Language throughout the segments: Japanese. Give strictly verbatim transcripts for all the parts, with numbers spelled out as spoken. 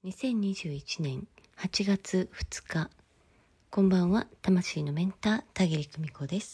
にせんにじゅういちねんはちがつふつか、こんばんは。魂のメンター田切久美子です。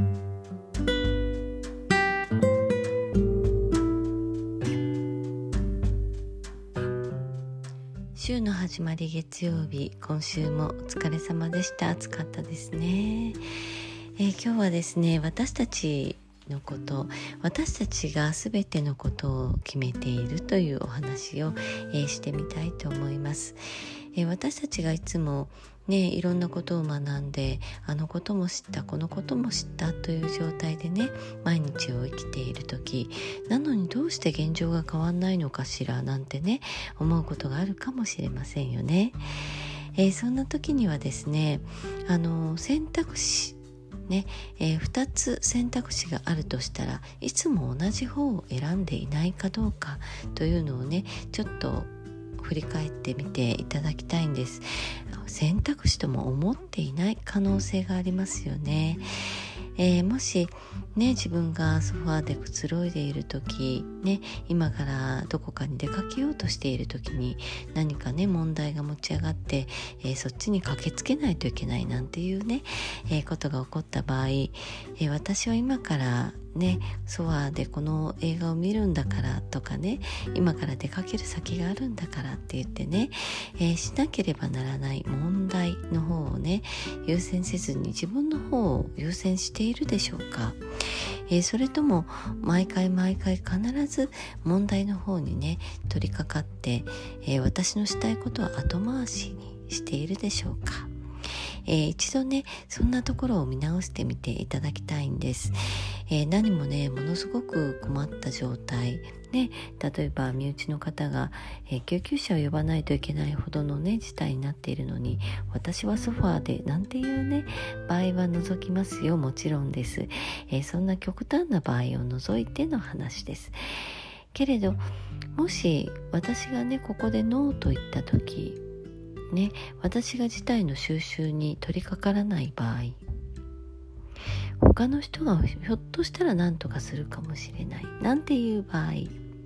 週の始まり月曜日、今週もお疲れ様でした。暑かったですね。えー、今日はですね、私たちのこと、私たちが全てのことを決めているというお話を、えー、してみたいと思います。えー、私たちがいつもね、いろんなことを学んで、あのことも知った、このことも知ったという状態でね、毎日を生きているとき、なのにどうして現状が変わんないのかしらなんてね、思うことがあるかもしれませんよね。えー、そんな時にはですね、あの選択肢ねえー、ふたつ選択肢があるとしたら、いつも同じ方を選んでいないかどうかというのをね、ちょっと振り返ってみていただきたいんです。選択肢とも思っていない可能性がありますよね。えー、もしね、自分がソファーでくつろいでいる時ね、今からどこかに出かけようとしている時に何かね、問題が持ち上がって、えー、そっちに駆けつけないといけないなんていうね、えー、ことが起こった場合、えー、私は今からね、ソファーでこの映画を見るんだからとかね、今から出かける先があるんだからって言ってね、えー、しなければならない問題の方をね、優先せずに自分の方を優先しているでしょうか。えー、それとも毎回毎回必ず問題の方にね、取り掛かって、えー、私のしたいことは後回しにしているでしょうか。えー、一度ね、そんなところを見直してみていただきたいんです。えー、何もね、ものすごく困った状態ね、例えば身内の方が、えー、救急車を呼ばないといけないほどのね、事態になっているのに、私はソファーでなんていうね、場合は除きますよ。もちろんです。えー、そんな極端な場合を除いての話です。けれど、もし私がね、ここでノーと言った時ね、私が事態の収拾に取り掛からない場合、他の人がひょっとしたら何とかするかもしれないなんていう場合、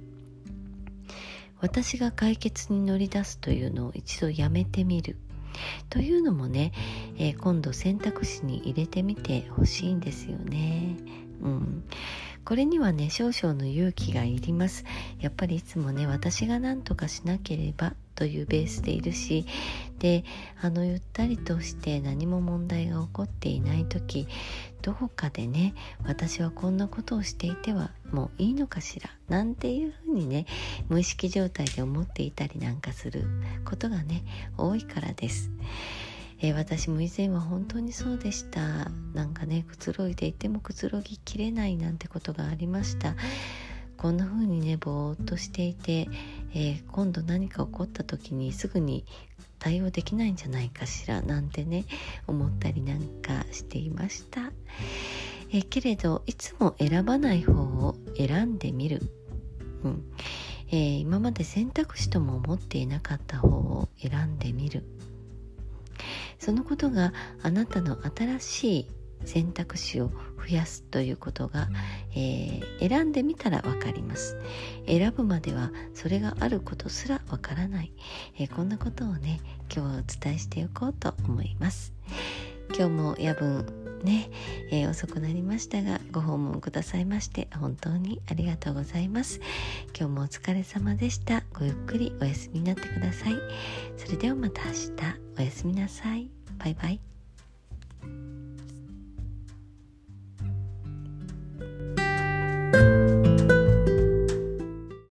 私が解決に乗り出すというのを一度やめてみるというのもね、えー、今度選択肢に入れてみてほしいんですよね。うん、これにはね、少々の勇気がいります。やっぱりいつもね、私が何とかしなければというベースでいるし、で、あのゆったりとして何も問題が起こっていない時、どこかでね、私はこんなことをしていてはもういいのかしらなんていうふうにね、無意識状態で思っていたりなんかすることがね、多いからです。えー、私も以前は本当にそうでした。なんかね、くつろいでいてもくつろぎきれないなんてことがありました。こんな風にね、ぼーっとしていて、えー、今度何か起こった時にすぐに対応できないんじゃないかしらなんてね、思ったりなんかしていました。えー、けれどいつも選ばない方を選んでみる、うんえー、今まで選択肢とも思っていなかった方を選んでみる、そのことがあなたの新しい選択肢を増やすということが、えー、選んでみたらわかります。選ぶまではそれがあることすらわからない、えー、こんなことをね、今日はお伝えしておこうと思います。今日も夜分ね、えー、遅くなりましたが、ご訪問くださいまして本当にありがとうございます。今日もお疲れ様でした。ごゆっくりお休みになってください。それではまた明日、おやすみなさい。バイバイ。